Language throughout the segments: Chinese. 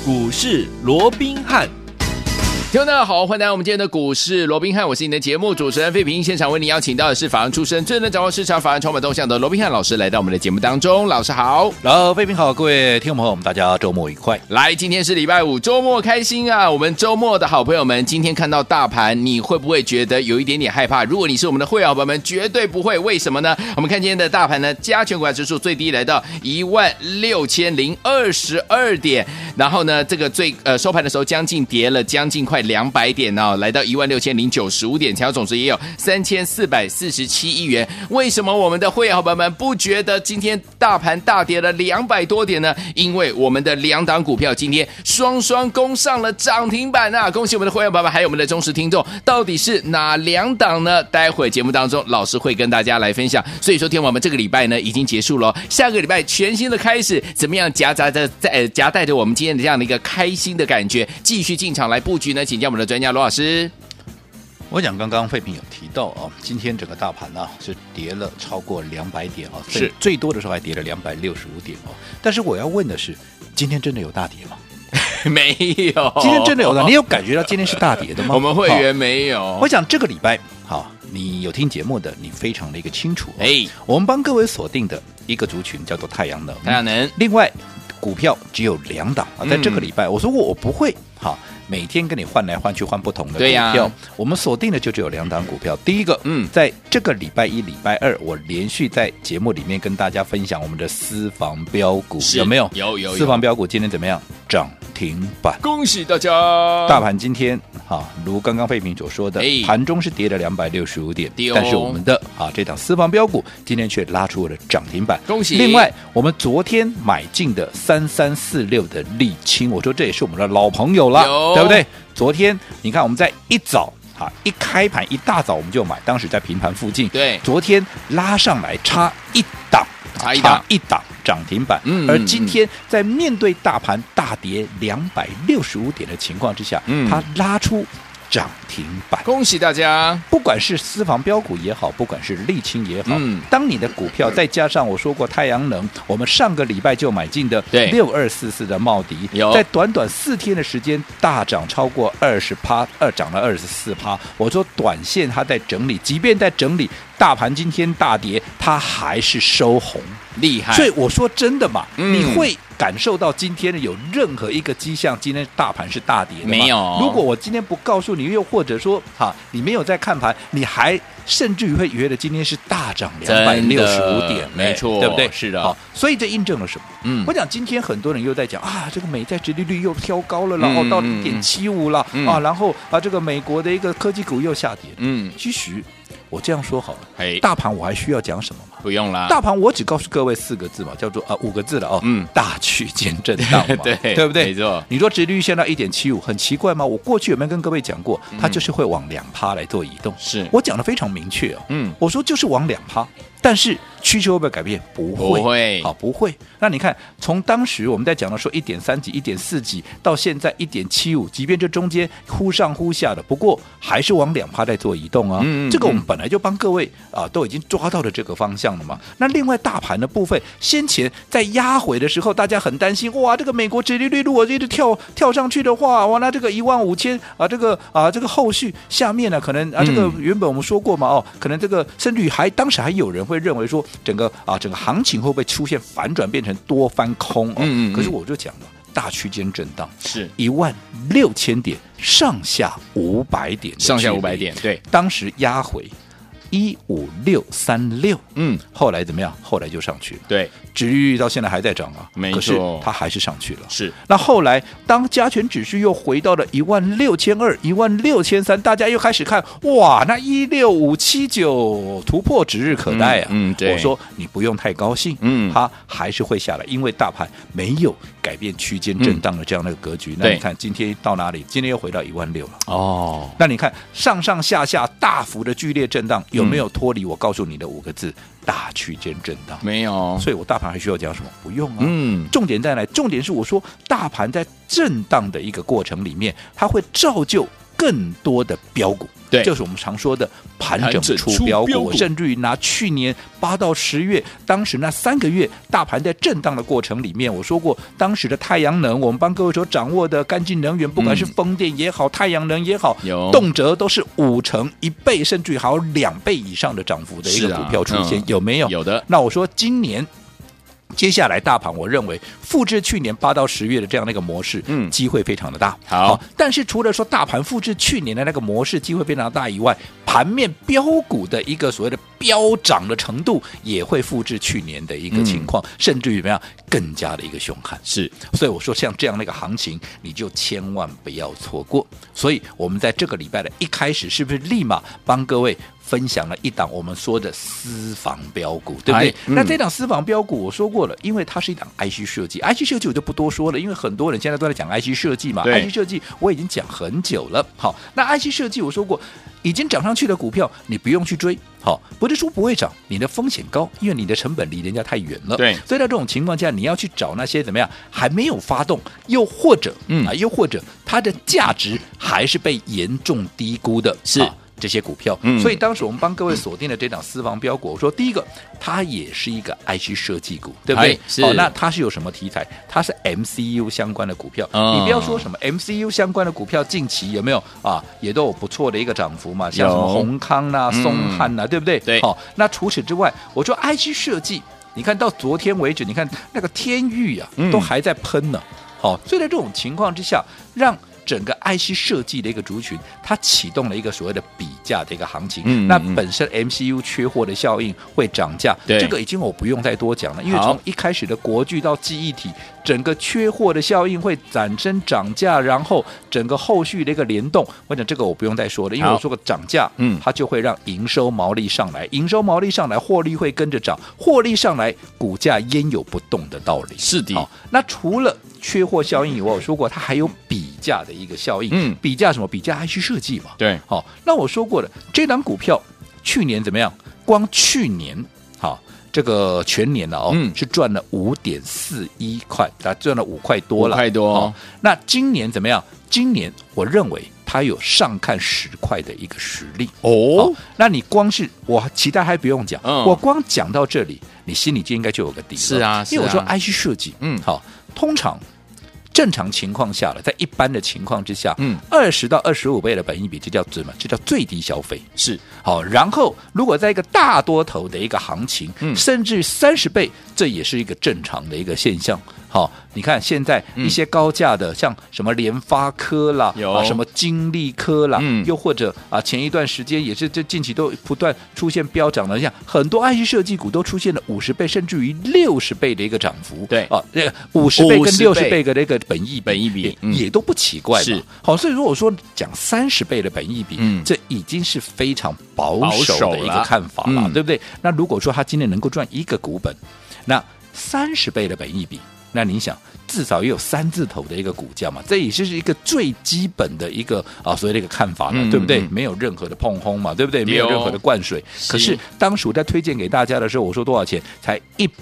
股市罗宾汉。 听众大家好，欢迎来到我们今天的股市罗宾汉，我是你的节目主持人费平。现场为你邀请到的是法案出身、最能掌握市场法案筹码动向的罗宾汉老师，来到我们的节目当中。老师好。 费平好，各位听众朋友，我们大家周末愉快。 来，今天是礼拜五，周末开心啊！我们周末的好朋友们，今天看到大盘，你会不会觉得有一点点害怕？如果你是我们的会员好朋友们，绝对不会。为什么呢？我们看今天的大盘呢，加权股价指数最低来到16022点，然后呢，这个收盘的时候将近跌了将近快200点哦，来到16095点，成交总值也有3447亿元。为什么我们的会员好朋友们不觉得今天大盘大跌了200多点呢？因为我们的2档股票今天双双攻上了涨停板啊！恭喜我们的会员朋友们，还有我们的忠实听众，到底是哪2档呢？待会节目当中老师会跟大家来分享。所以说，听我们这个礼拜呢已经结束了，下个礼拜全新的开始，怎么样夹带着我们今天的这样的一个开心的感觉，继续进场来布局呢？请教我们的专家罗老师。 我讲刚刚费平有提到啊，今天整个大盘呢是跌了超过200点啊， 是最多的时候还跌了265点哦。但是我要问的是，今天真的有大跌吗？ 没有， 今天真的有的，你有感觉到今天是大跌的吗？ 我们会员没有。 我想这个礼拜好，你有听节目的，你非常的一个清楚。我们帮各位锁定的一个族群叫做太阳能，另外股票只有2档啊，在这个礼拜，我说我不会好。每天跟你换来换去换不同的股票，我们锁定的就只有2档股票。第一个，在这个礼拜一、礼拜二，我连续在节目里面跟大家分享我们的私房标股，有没有？ 有。 私房标股今天怎么样？涨停板， 恭喜大家！ 大盘今天如刚刚费平所说的，盘中是跌了265点，但是我们的这档私房标股今天却拉出了涨停板， 恭喜！ 另外，我们昨天买进的3346的沥青，我说这也是我们的老朋友了，对不对？昨天你看我们在一早一开盘一大早我们就买，当时在平盘附近， 对， 昨天拉上来差一档涨停板，而今天在面对大盘大跌265点的情况之下，它拉出涨停板， 恭喜大家！ 不管是私房标股也好，不管是沥青也好，当你的股票再加上我说过太阳能，我们上个礼拜就买进的6244的茂迪，在短短4天的时间大涨超过20%，涨了24%。我说短线它在整理，即便在整理，大盘今天大跌，它还是收红， 厉害。 所以我说真的嘛，你会感受到今天有任何一个迹象，今天大盘是大跌的吗？ 没有。 如果我今天不告诉你，又或者说你没有在看盘，你还甚至于会觉得今天是大涨265点， 没错， 对不对？ 是的。 所以这印证了什么？我讲今天很多人又在讲这个美债殖利率又飘高了，然后到了1.75了然后这个美国的一个科技股又下跌。其实我这样说好了，大盘我还需要讲什么吗？ 不用啦， 大盘我只告诉各位4个字嘛，叫做5个字了大区间震荡嘛，对不对？ 没错。 你说殖利率现在1.75，很奇怪吗？我过去有没有跟各位讲过，它就是会往2%来做移动？ 是我讲的非常明确我说就是往2%，但是需求会不会改变？不会，不会。那你看，从当时我们在讲的说1.3几、1.4几，到现在1.75，即便这中间忽上忽下的，不过还是往2%在做移动啊。这个我们本来就帮各位都已经抓到了这个方向了嘛。那另外大盘的部分，先前在压回的时候，大家很担心，哇，这个美国殖利率如果一直跳上去的话，哇，那这个15000这个后续下面呢，可能这个原本我们说过嘛，可能这个甚至于当时还有人会认为说，整个行情会不会出现反转，变成多翻空可是我就讲了，大区间震荡是 16000点上下500点， 对， 当时压回15636，后来怎么样？后来就上去了， 对， 殖利率到现在还在涨没错， 可是它还是上去了， 是。 那后来当加权指数又回到了16200、16300，大家又开始看，哇，那16579突破指日可待啊！ 对， 我说你不用太高兴，它还是会下来，因为大盘没有改变区间震荡的这样的格局。那你看今天到哪里？今天又回到16000了。那你看上上下下大幅的剧烈震荡，有没有脱离我告诉你的5个字？大区间震荡？没有。所以我大盘还需要讲什么？不用啊。重点在哪？重点是我说大盘在震荡的一个过程里面，它会造就更多的标股。 对， 就是我们常说的盘整出标股，甚至于拿去年8到10月，当时那3个月大盘在震荡的过程里面，我说过，当时的太阳能，我们帮各位所掌握的干净能源，不管是风电也好，太阳能也好，动辄都是5成、1倍，甚至于还有2倍以上的涨幅的一个股票出现，有没有？ 有的。 那我说今年。接下来大盘我认为复制去年8到10月的这样的一个模式，机会非常的大。 好， 但是除了说大盘复制去年的那个模式机会非常的大以外，盘面标股的一个所谓的飙涨的程度也会复制去年的一个情况，甚至于怎么样更加的一个凶悍。 是， 所以我说像这样的一个行情，你就千万不要错过。所以我们在这个礼拜的一开始，是不是立马帮各位分享了一档我们说的私房标股，对不对？那这档私房标股我说过了，因为它是一档 IC 设计 ，IC 设计我就不多说了，因为很多人现在都在讲 IC 设计嘛 ，IC 设计我已经讲很久了。好，那 IC 设计我说过，已经涨上去的股票，你不用去追。好，不是说不会涨，你的风险高，因为你的成本离人家太远了。 对， 所以在这种情况下，你要去找那些怎么样还没有发动，又或者又或者它的价值还是被严重低估的，是。这些股票，所以当时我们帮各位锁定了这档私房标股。我说第一个，它也是一个 IC 设计股，对不对？好，那它是有什么题材？它是 MCU 相关的股票。你不要说什么 MCU 相关的股票，近期有没有啊？也都有不错的一个涨幅嘛，像什么宏康啊、松汉啊，对不对？ 对。 好，那除此之外，我说 IC 设计，你看到昨天为止，你看那个天钰啊，都还在喷呢。好，所以在这种情况之下，让整个 IC 设计的一个族群，它启动了一个所谓的比价的一个行情。那本身 MCU 缺货的效应会涨价，这个已经我不用再多讲了，因为从一开始的国巨到记忆体，整个缺货的效应会产生涨价，然后整个后续的一个联动，我讲这个我不用再说了，因为我说过涨价，它就会让营收毛利上来，营收毛利上来，获利会跟着涨，获利上来，股价焉有不动的道理？ 是的。 那除了缺货效应以外，我说过它还有比价的一个效应。比价什么？比价 IC 设计嘛。 对。 好，那我说过了，这档股票去年怎么样？光去年好。这个全年了是赚了5.41块，它赚了5块多了，5块多。 那今年怎么样？今年我认为它有上看10块的一个实力哦。那你光是我其他还不用讲，我光讲到这里，你心里就应该就有个底了。 是啊， 因为我说 IC 设计，好，通常。正常情况下了，在一般的情况之下，20到25倍的本益比，这叫什么？这叫最低消费。 是好，然后如果在一个大多头的一个行情，甚至30倍，这也是一个正常的一个现象。好，你看现在一些高价的，像什么联发科啦，什么金利科啦，又或者前一段时间也是这近期都不断出现飙涨的，像很多 IC 设计股都出现了50倍甚至于60倍的一个涨幅。 对啊，这个50倍跟60倍的那个本益比也都不奇怪嘛。 是好，所以如果说讲30倍的本益比，这已经是非常保守的一个看法了，对不对？那如果说他今天能够赚一个股本，那30倍的本益比。那你想，至少也有3字头的一个股价嘛，这也是一个最基本的一个所谓的一个看法了，对不对？没有任何的碰轰嘛，对不对？没有任何的灌水。可是当时我在推荐给大家的时候，我说多少钱？才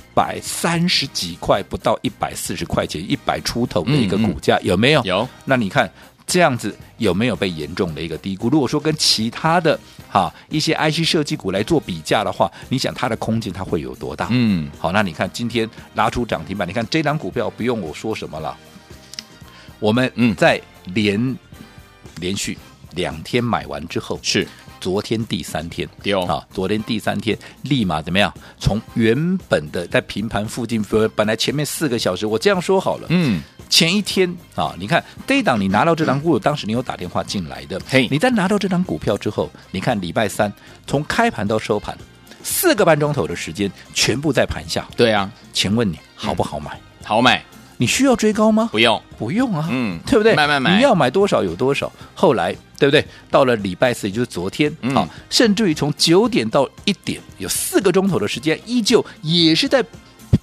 130几块，不到140块钱，100出头的一个股价，有没有？ 有。 那你看这样子有没有被严重的一个低估？如果说跟其他的一些 IC 设计股来做比价的话，你想它的空间它会有多大？好，那你看今天拉出涨停板，你看这档股票不用我说什么了，我们在连续2天买完之后， 是昨天第3天，昨天第3天立马怎么样？从原本的在平盘附近，本来前面4个小时，我这样说好了，前一天你看这一档你拿到这档股，当时你有打电话进来的，你在拿到这档股票之后，你看礼拜3从开盘到收盘4个半钟头的时间，全部在盘下。 对啊， 请问你好不好买？ 好买。 你需要追高吗？ 不用， 不用啊，对不对？ 慢慢买， 你要买多少有多少。后来，对不对？到了礼拜4，也就是昨天，甚至于从9点到1点，有4个钟头的时间，依旧也是在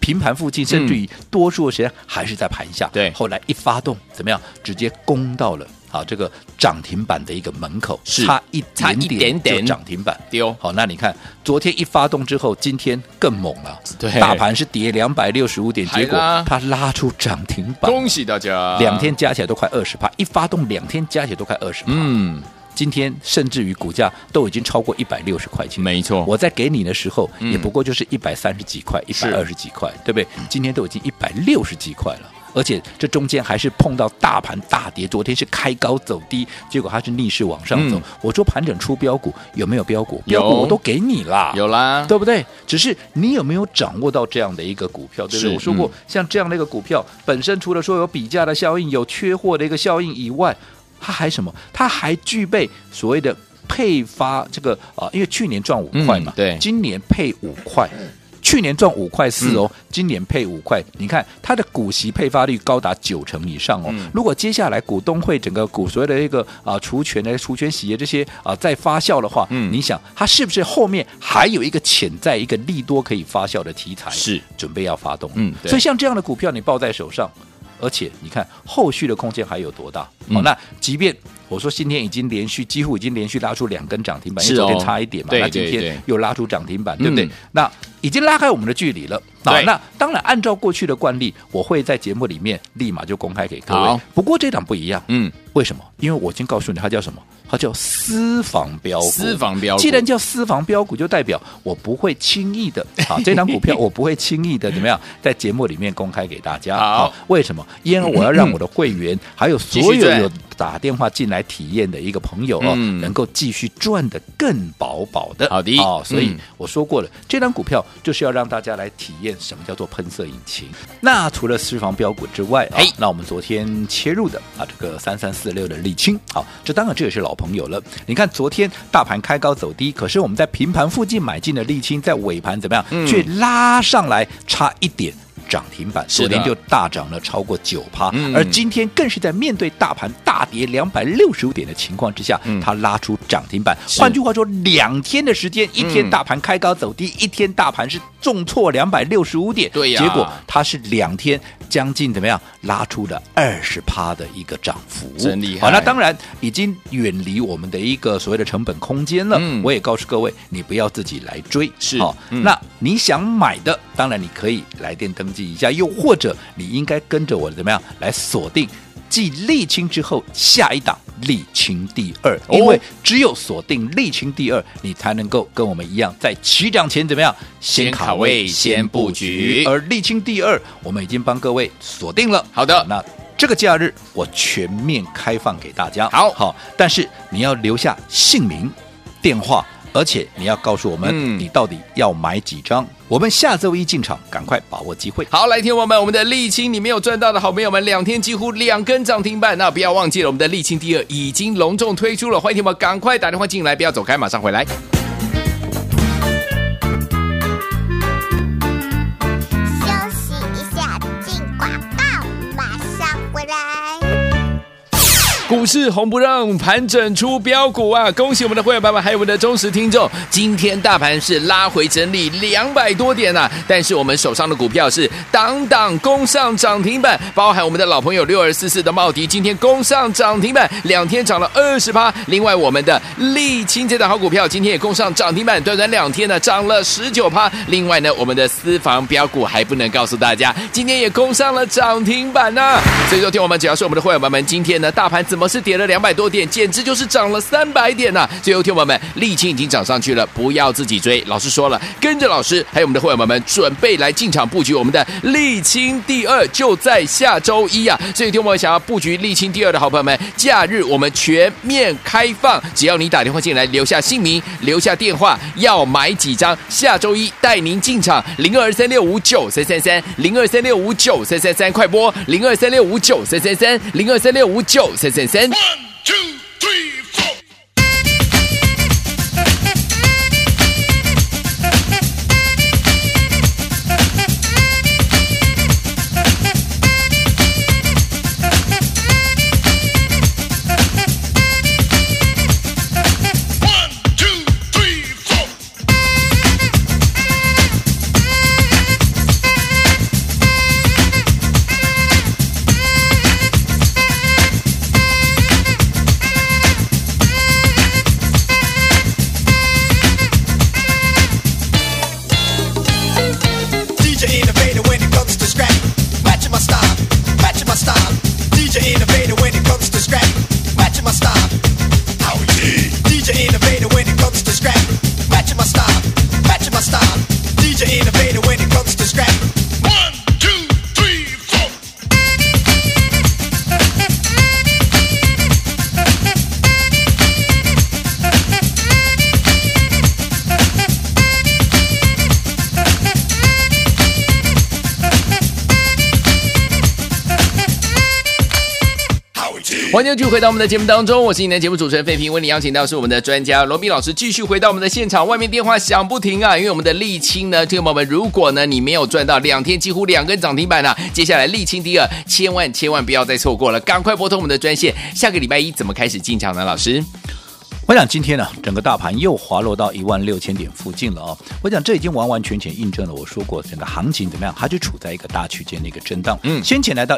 平盘附近，甚至于多数的时间还是在盘下。 对， 后来一发动怎么样，直接攻到了这个涨停板的一个门口，差一点点就涨停板丢。 好，那你看昨天一发动之后，今天更猛了， 对， 大盘是跌265点，结果它拉出涨停板， 恭喜大家 ！2天加起来都快20%，一发动2天加起来都快20%。今天甚至于股价都已经超过160块钱， 没错。 我在给你的时候，也不过就是130几块、120几块，对不对？今天都已经160几块了。而且这中间还是碰到大盘大跌，昨天是开高走低，结果它是逆势往上走。我说盘整出标股，有没有标股？标股我都给你啦， 有啦， 对不对？只是你有没有掌握到这样的一个股票，对不对？我说过，像这样的一个股票，本身除了说有比价的效应、有缺货的一个效应以外，它还什么？它还具备所谓的配发这个因为去年赚5块嘛， 对， 今年配5块。去年赚5块4哦，今年配5块，你看它的股息配发率高达90%以上哦。如果接下来股东会整个所谓的一个除权洗业这些再发酵的话，你想它是不是后面还有一个潜在一个利多可以发酵的题材， 是准备要发动？所以像这样的股票你抱在手上，而且你看后续的空间还有多大？好，那即便我说今天几乎已经连续拉出2根涨停板，因为昨天差一点嘛，那今天又拉出涨停板，对不对？那已经拉开我们的距离了。那当然，按照过去的惯例，我会在节目里面立马就公开给各位。不过这档不一样，为什么？因为我已经告诉你，它叫什么？它叫私房标股。 私房标股， 既然叫私房标股，就代表我不会轻易的这档股票我不会轻易的怎么样在节目里面公开给大家。好，为什么？因为我要让我的会员还有所有有打电话进来体验的一个朋友能够继续赚得更饱饱的。 好的所以我说过了，这档股票就是要让大家来体验什么叫做喷射引擎。那除了私房标股之外那我们昨天切入的这个3346的沥青，好，这当然这也是老朋友了。你看昨天大盘开高走低，可是我们在平盘附近买进的沥青，在尾盘怎么样？却拉上来，差一点涨停板，昨天就大涨了超过9%，而今天更是在面对大盘大跌265点的情况之下，它拉出涨停板。换句话说，2天的时间，一天大盘开高走低，一天大盘是重挫265点， 对呀， 结果它是2天将近怎么样拉出了20%的一个涨幅， 真厉害。 好，那当然已经远离我们的一个所谓的成本空间了。我也告诉各位，你不要自己来追， 是那你想买的，当然你可以来电登记一下，又或者你应该跟着我怎么样来锁定继沥青之后下一档沥青第2，因为只有锁定沥青第2，你才能够跟我们一样在起涨前怎么样先卡位先布局。而沥青第2我们已经帮各位锁定了。 好的， 那这个假日我全面开放给大家。 好， 但是你要留下姓名、电话，而且你要告诉我们你到底要买几张。我们下周一进场，赶快把握机会。 好，来听我们的沥青，你没有赚到的好朋友们，2天几乎2根涨停板，那不要忘记了，我们的沥青第2已经隆重推出了，欢迎听我们赶快打电话进来，不要走开，马上回来。股市红不让，盘整出标股啊！恭喜我们的会员爸爸，还有我们的忠实听众。今天大盘是拉回整理200多点啊，但是我们手上的股票是档档攻上涨停板，包含我们的老朋友6244的茂迪，今天攻上涨停板，2天涨了20%。另外我们的沥青这档好股票，今天也攻上涨停板，短短2天呢涨了19%。另外呢，我们的私房标股还不能告诉大家，今天也攻上了涨停板啊！所以说，听我们只要是我们的会员爸爸们，今天呢大盘怎么是跌了200多点，简直就是涨了300点啊！最后听我们沥青已经涨上去了，不要自己追。老师说了，跟着老师还有我们的会员们准备来进场布局我们的沥青第2，就在下周一啊！所以听我们想要布局沥青第2的好朋友们，假日我们全面开放，只要你打电话进来，留下姓名，留下电话，要买几张，下周一带您进场。023659333023659333，快拨023659333023659333。1, 2, 3, 4。 欢迎继续回到我们的节目当中，我是你的节目主持人费平，为你邀请到是我们的专家罗宾老师，继续回到我们的现场，外面电话响不停啊，因为我们的沥青呢，听众朋友们，如果呢你没有赚到2天几乎2根涨停板啊，接下来沥青第二，千万不要再错过了，赶快拨通我们的专线，下个礼拜一怎么开始进场呢？老师？ 我想今天呢，整个大盘又滑落到16000点附近了哦。我想这已经完完全全印证了我说过，整个行情怎么样，它就处在一个大区间的一个震荡。先前来到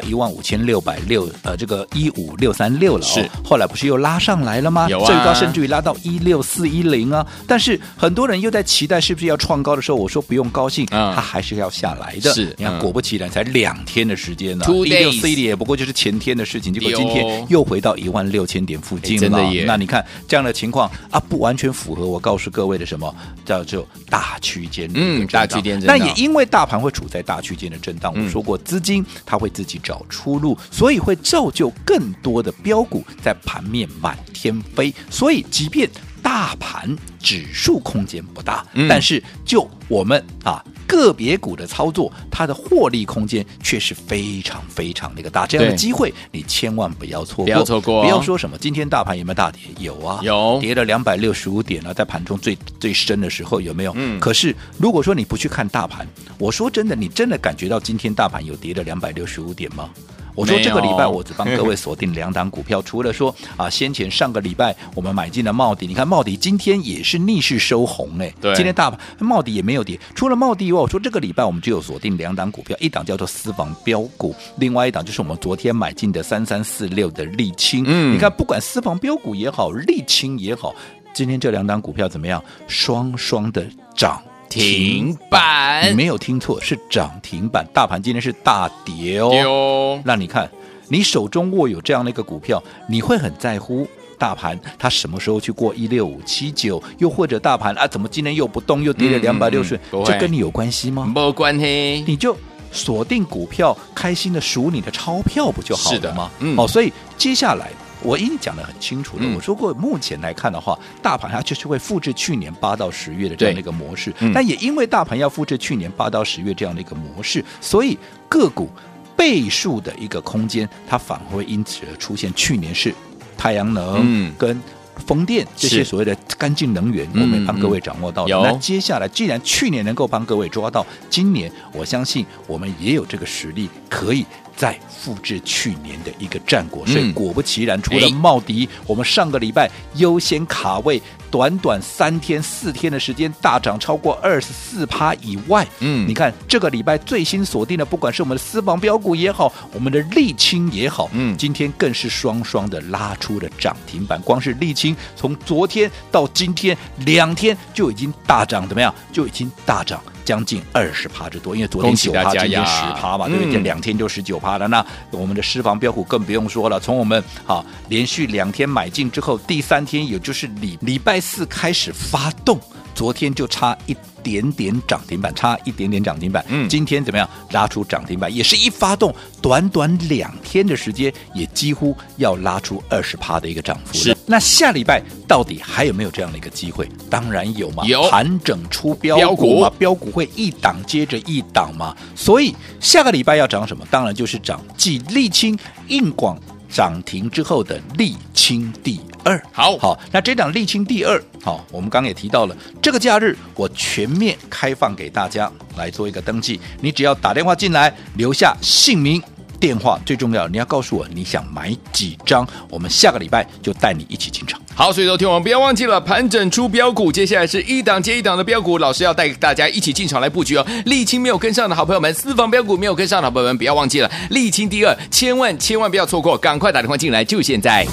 15660，这个15636了哦。是。后来不是又拉上来了吗？有啊。最高甚至于拉到16410啊。但是很多人又在期待是不是要创高的时候，我说不用高兴，它还是要下来的。是。你看，果不其然，才2天的时间呢，16410也不过就是前天的事情，结果今天又回到16000点附近了。真的耶。那你看这样的情况啊，不完全符合我告诉各位的什么叫做大区间的大区间震荡。那也因为大盘会处在大区间的震荡，我说过资金它会自己找出路，所以会造就更多的标股在盘面满天飞。所以即便大盘指数空间不大，但是就我们个别股的操作，它的获利空间却是非常非常的一个大，这样的机会你千万不要错过， 不要错过， 不要说什么今天大盘有没有大跌？有啊， 有跌了265点啊，在盘中最深的时候有没有？可是如果说你不去看大盘，我说真的，你真的感觉到今天大盘有跌了265点吗？我说这个礼拜我只帮各位锁定2档股票，除了说先前上个礼拜我们买进了茂迪，你看茂迪今天也是逆势收红对，今天大盘茂迪也没有跌，除了茂迪以外，我说这个礼拜我们就有锁定2档股票，一档叫做私房标股，另外一档就是我们昨天买进的3346的沥青。你看不管私房标股也好，沥青也好，今天这2档股票怎么样？双双的涨停板， 你没有听错，是涨停板。大盘今天是大跌哦。那你看，你手中握有这样的一个股票，你会很在乎大盘它什么时候去过16579，又或者大盘怎么今天又不动，又跌了260，这跟你有关系吗？ 没关系， 你就锁定股票，开心的数你的钞票不就好了吗？所以接下来我已经讲得很清楚了，我说过目前来看的话，大盘它就是会复制去年8到10月的这样的一个模式，但也因为大盘要复制去年8到10月这样的一个模式，所以个股倍数的一个空间它反而会因此而出现去年是太阳能跟风电这些所谓的干净能源，我们也帮各位掌握到了。那接下来既然去年能够帮各位抓到，今年我相信我们也有这个实力可以再复制去年的一个战果。所以果不其然，除了茂迪，我们上个礼拜优先卡位，短短3天4天的时间大涨超过24%以外，你看这个礼拜最新锁定的，不管是我们的私房标股也好，我们的沥青也好，今天更是双双的拉出了涨停板。光是沥青从昨天到今天2天就已经大涨，怎么样？就已经大涨将近20%之多，因为昨天9%，今天10%嘛，对不对？2天就19%了。那我们的私房标股更不用说了，从我们连续2天买进之后，第3天也就是礼拜4开始发动，昨天就差一点点涨停板，今天怎么样？拉出涨停板，也是一发动，短短2天的时间，也几乎要拉出20%的一个涨幅了。那下礼拜到底还有没有这样的一个机会？当然有嘛，有盘整出标股嘛，标股会一档接着一档嘛，所以下个礼拜要涨什么？当然就是涨继沥青、印广涨停之后的沥青第2。好，那这档沥青第2，我们刚刚也提到了，这个假日我全面开放给大家来做一个登记，你只要打电话进来，留下姓名、电话，最重要你要告诉我你想买几张，我们下个礼拜就带你一起进场。 好，所以昨天我们不要忘记了盘整出标股，接下来是一档接一档的标股，老师要带大家一起进场来布局哦。沥青没有跟上的好朋友们，私房标股没有跟上的好朋友们，不要忘记了沥青第2，千万不要错过，赶快打电话进来，就现在。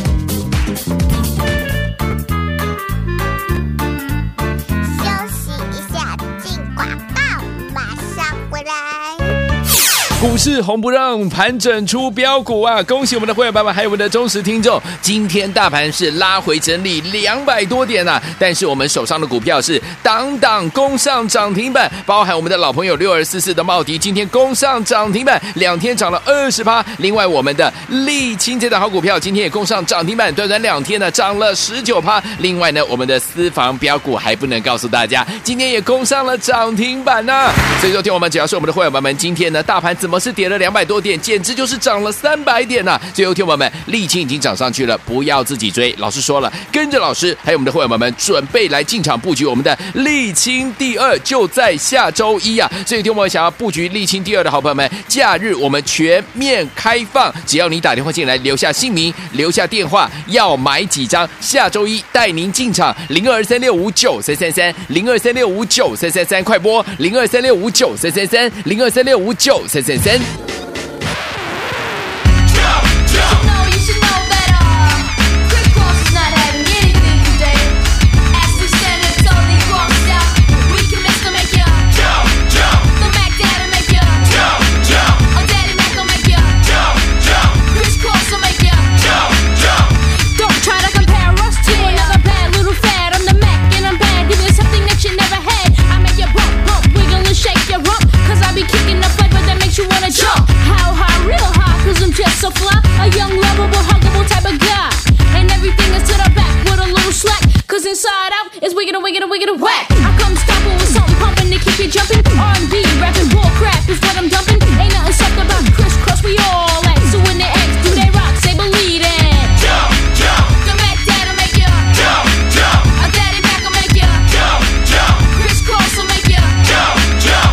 股市红不让，盘整出标股啊！恭喜我们的会员爸爸还有我们的忠实听众，今天大盘是拉回整理200多点啊，但是我们手上的股票是档档攻上涨停板，包含我们的老朋友6244的茂迪，今天攻上涨停板，2天涨了20%。另外我们的沥青这档好股票今天也攻上涨停板，短短2天呢涨了19%。另外呢，我们的私房标股还不能告诉大家，今天也攻上了涨停板啊！所以昨天我们只要是我们的会员爸爸们，今天呢大盘怎怎么是跌了200多点，简直就是涨了300点呐！最后听友们，沥青已经涨上去了，不要自己追。老师说了，跟着老师还有我们的会员们准备来进场布局我们的沥青第2，就在下周一啊！所以听友们想要布局沥青第2的好朋友们，假日我们全面开放，只要你打电话进来，留下姓名，留下电话，要买几张，下周一带您进场，0236593333，0236593333，快拨0236593333，0236593333。 So fly, a young, lovable, huggable type of guy. And everything is to the back with a little slack. Cause inside out is wicked and wicked and wicked and whack. I come stopping with something pumping to keep you jumping. R&B, rapping, bull crap is what I'm dumping. Ain't nothing soft about crisscross, we all at. So when they ask, do they rock, say believe it. Jump, jump. The Mac Dad'll make you jump, jump. A Daddy Mac will make you jump, jump. Crisscross will make you jump, jump.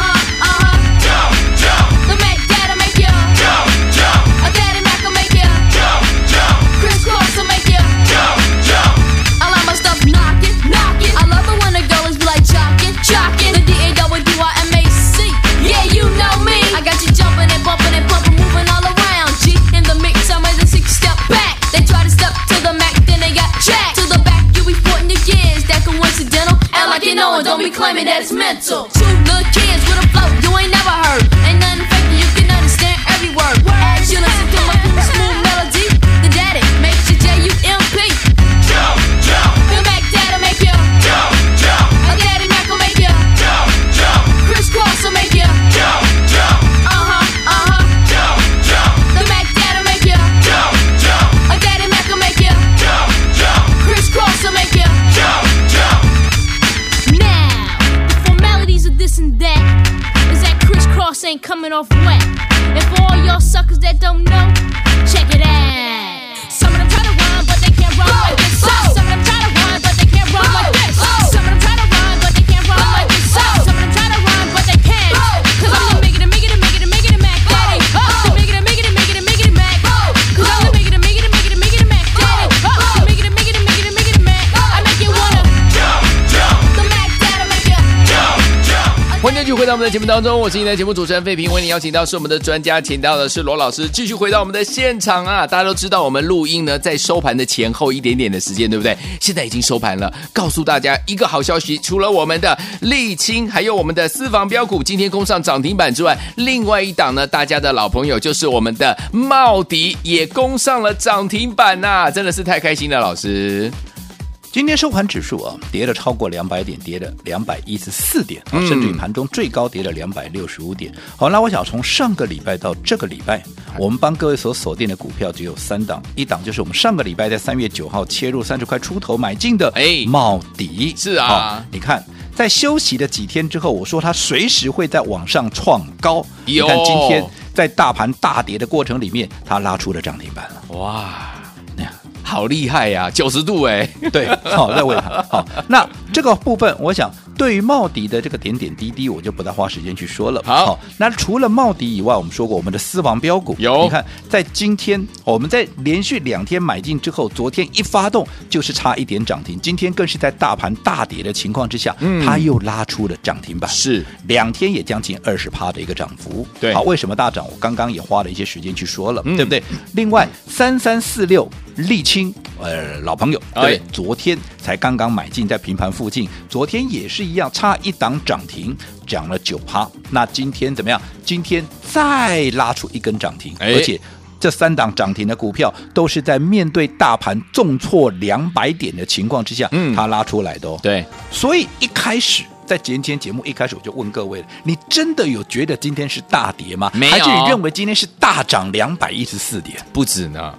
Jump, jump. The Mac Dad'll make you jump, jump. A Daddy Mac will make you jump, jump. Crisscross will make you jump, jump. I like my stuff knocking, knocking. I love it when the girls be like jocking, jocking. The DAWDYMAC, yeah, you know me. I got you jumping and bumping and pumping, moving all around. G in the mix, I'm ready to 6-step back. They try to step to the Mac, then they got jacked. To the back, you be sporting your gears, that coincidental. Act like you know it, don't be claiming that it's mental. Two good kids with a flow you ain't never heard. Ain't nothing fake, you can understand every word. As you listen to my smooth melody, the daddy makes you J-U-M-P. Jump, jump. The Mac Dad'll make you jump, jump. A Daddy Mac will make you jump, jump. Crisscross will make you jump, jump. Jump, jump. The Mac Dad'll make you jump, jump. A Daddy Mac will make you jump, jump. Crisscross will make you jump, jump. Now, the formalities of this and that is that crisscross ain't coming off wet. And for all y'all suckers that don't know, check it out. Some of them try to rhyme, but they can't rhyme like this. Some of them try to rhyme, but they can't rhyme like this. Some of them try to rhyme, but they can't rhyme like this. Some of them try to rhyme, but they can't. Cause I'm the Mac Daddy. The Mac Cause I'm the Mac Daddy. The Mac I make you wanna jump, jump. The Mac Dad'll make you jump, jump. 欢迎继续回到我们的节目当中，我是今天的节目主持人费平，为你邀请到是我们的专家，请到的是罗老师，继续回到我们的现场啊！大家都知道我们录音呢，在收盘的前后一点点的时间，对不对？现在已经收盘了，告诉大家一个好消息，除了我们的沥青，还有我们的私房标股今天攻上涨停板之外，另外一档呢，大家的老朋友就是我们的茂迪也攻上了涨停板呐、真的是太开心了，老师。 今天收盘指数啊，跌了超过200点，跌了214点，甚至于盘中最高跌了265点。好，那我想从上个礼拜到这个礼拜，我们帮各位所锁定的股票只有3档，一档就是我们上个礼拜在3月9号切入30块出头买进的茂迪。 是啊， 你看在休息了几天之后，我说它随时会在往上创高。你看今天在大盘大跌的过程里面，它拉出了涨停板了。 哇！好厉害呀、90度哎， 对，好，再问他。好，那这个部分，我想对于茂迪的这个点点滴滴，我就不再花时间去说了。 好， 那除了茂迪以外，我们说过我们的私房标股， 有， 你看在今天我们在连续2天买进之后，昨天一发动就是差1点涨停，今天更是在大盘大跌的情况之下，它又拉出了涨停板， 是 2天也将近20%的一个涨幅。 对， 好，为什么大涨？我刚刚也花了一些时间去说了，对不对？另外3346沥青，老朋友，对，昨天才刚刚买进，在平盘附近，昨天也是一样，差1档涨停，涨了9%。那今天怎么样？今天再拉出一根涨停，而且这3档涨停的股票都是在面对大盘重挫200点的情况之下，它拉出来的哦。 对， 所以一开始。在今天节目一开始我就问各位了，你真的有觉得今天是大跌吗？ 没有， 还是你认为今天是大涨214点？ 不止呢，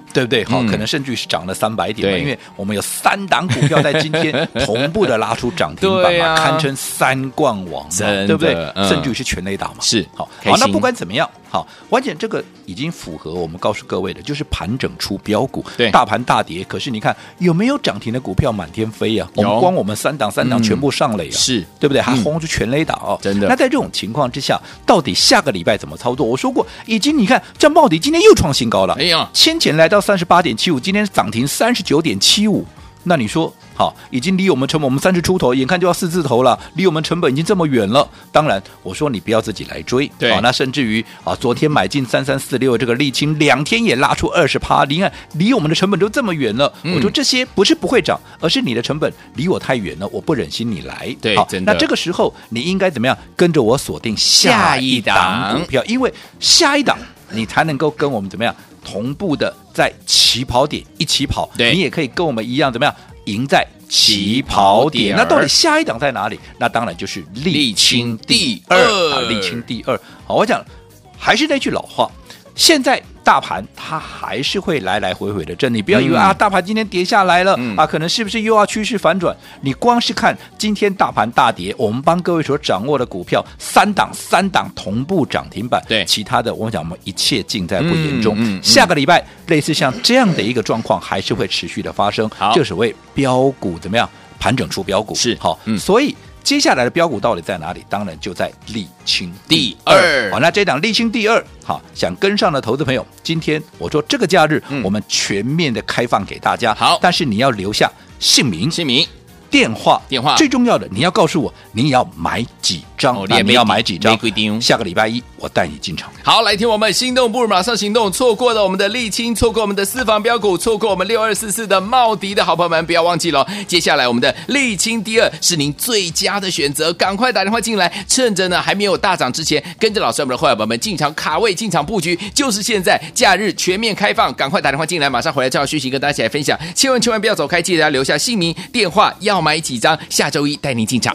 对不对？好，可能甚至是涨了300点嘛，因为我们有3档股票在今天同步的拉出涨停板嘛，堪称3冠王嘛，对不对？甚至是全垒打嘛， 是好，那不管怎么样，好，完全这个已经符合我们告诉各位的，就是盘整出标股， 对， 大盘大跌，可是你看有没有涨停的股票满天飞啊？我们光我们3档全部上垒啊， 是对不对？还轰出全垒打哦， 真的。 那在这种情况之下，到底下个礼拜怎么操作？我说过，已经你看，像茂迪今天又创新高了， 哎呀， 先前来到38.75，今天涨停39.75，那你说？好，已经离我们成本，我们30出头，眼看就要4字头了，离我们成本已经这么远了。当然，我说你不要自己来追， 对， 那甚至于昨天买进3346这个沥青，2天也拉出20%，你看离我们的成本都这么远了。我说这些不是不会涨，而是你的成本离我太远了，我不忍心你来。 对， 好， 真的。 那这个时候你应该怎么样？跟着我锁定下一档股票，因为下一档你才能够跟我们怎么样同步的在起跑点一起跑，你也可以跟我们一样怎么样？赢在起跑点。那到底下一档在哪里？那当然就是沥青第二，沥青第二。好，我讲还是那句老话，现在大盘它还是会来来回回的震，你不要以为大盘今天跌下来了可能是不是又要趋势反转？你光是看今天大盘大跌，我们帮各位所掌握的股票三档同步涨停板， 对， 其他的我们讲我们一切尽在不言中。下个礼拜类似像这样的一个状况还是会持续的发生，这所谓标股怎么样盘整出标股是好，所以接下来的标股到底在哪里？当然就在沥青第二。 好，那这档沥青第二，好，想跟上的投资朋友，今天我说这个假日我们全面的开放给大家。 好， 但是你要留下姓名、电话，最重要的你要告诉我你要买几张，你要买几张？下个礼拜一我带你进场。 好，来听我们心动不如马上行动，错过了我们的沥青，错过我们的私房标股，错过我们6244的茂迪的好朋友们，不要忘记了，接下来我们的沥青第二是您最佳的选择，赶快打电话进来，趁着呢还没有大涨之前，跟着老师我们的会员朋友们进场卡位进场布局，就是现在，假日全面开放，赶快打电话进来，马上回来照讯息跟大家一起来分享，千万不要走开，记得要留下姓名、电话，要买几张，下周一带您进场。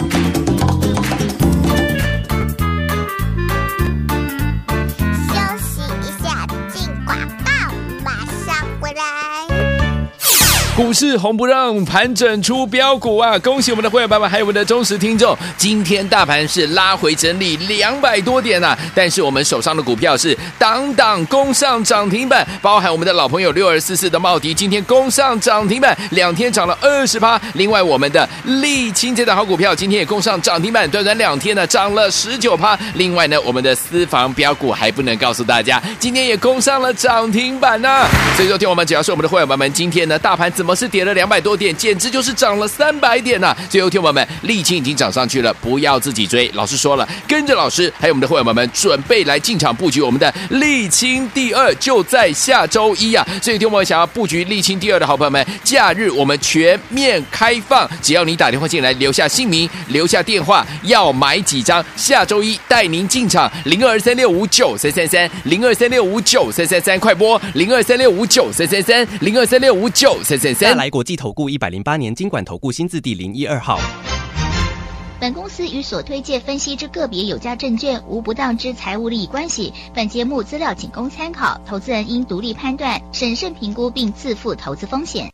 股市红不让，盘整出标股啊！恭喜我们的会员爸爸还有我们的忠实听众，今天大盘是拉回整理200多点啊，但是我们手上的股票是档档攻上涨停板，包含我们的老朋友6244的茂迪，今天攻上涨停板，2天涨了20%，另外我们的沥青这档好股票今天也攻上涨停板，短短2天呢涨了19%，另外呢我们的私房标股还不能告诉大家，今天也攻上了涨停板啊！所以昨天我们只要是我们的会员爸爸们，今天呢大盘怎么是跌了200多点，简直就是涨了300点啊！最后听我们沥青已经涨上去了，不要自己追。老师说了，跟着老师还有我们的会员们准备来进场布局我们的沥青第二，就在下周一啊！所以听我们想要布局沥青第二的好朋友们，假日我们全面开放，只要你打电话进来，留下姓名，留下电话，要买几张，下周一带您进场。0236593333 0236593333，快拨0236593333 0236593333。 大来国际投顾108年金管投顾新字第012号。 本公司与所推介分析之个别有价证券无不当之财务利益关系。本节目资料仅供参考，投资人应独立判断、审慎评估并自负投资风险。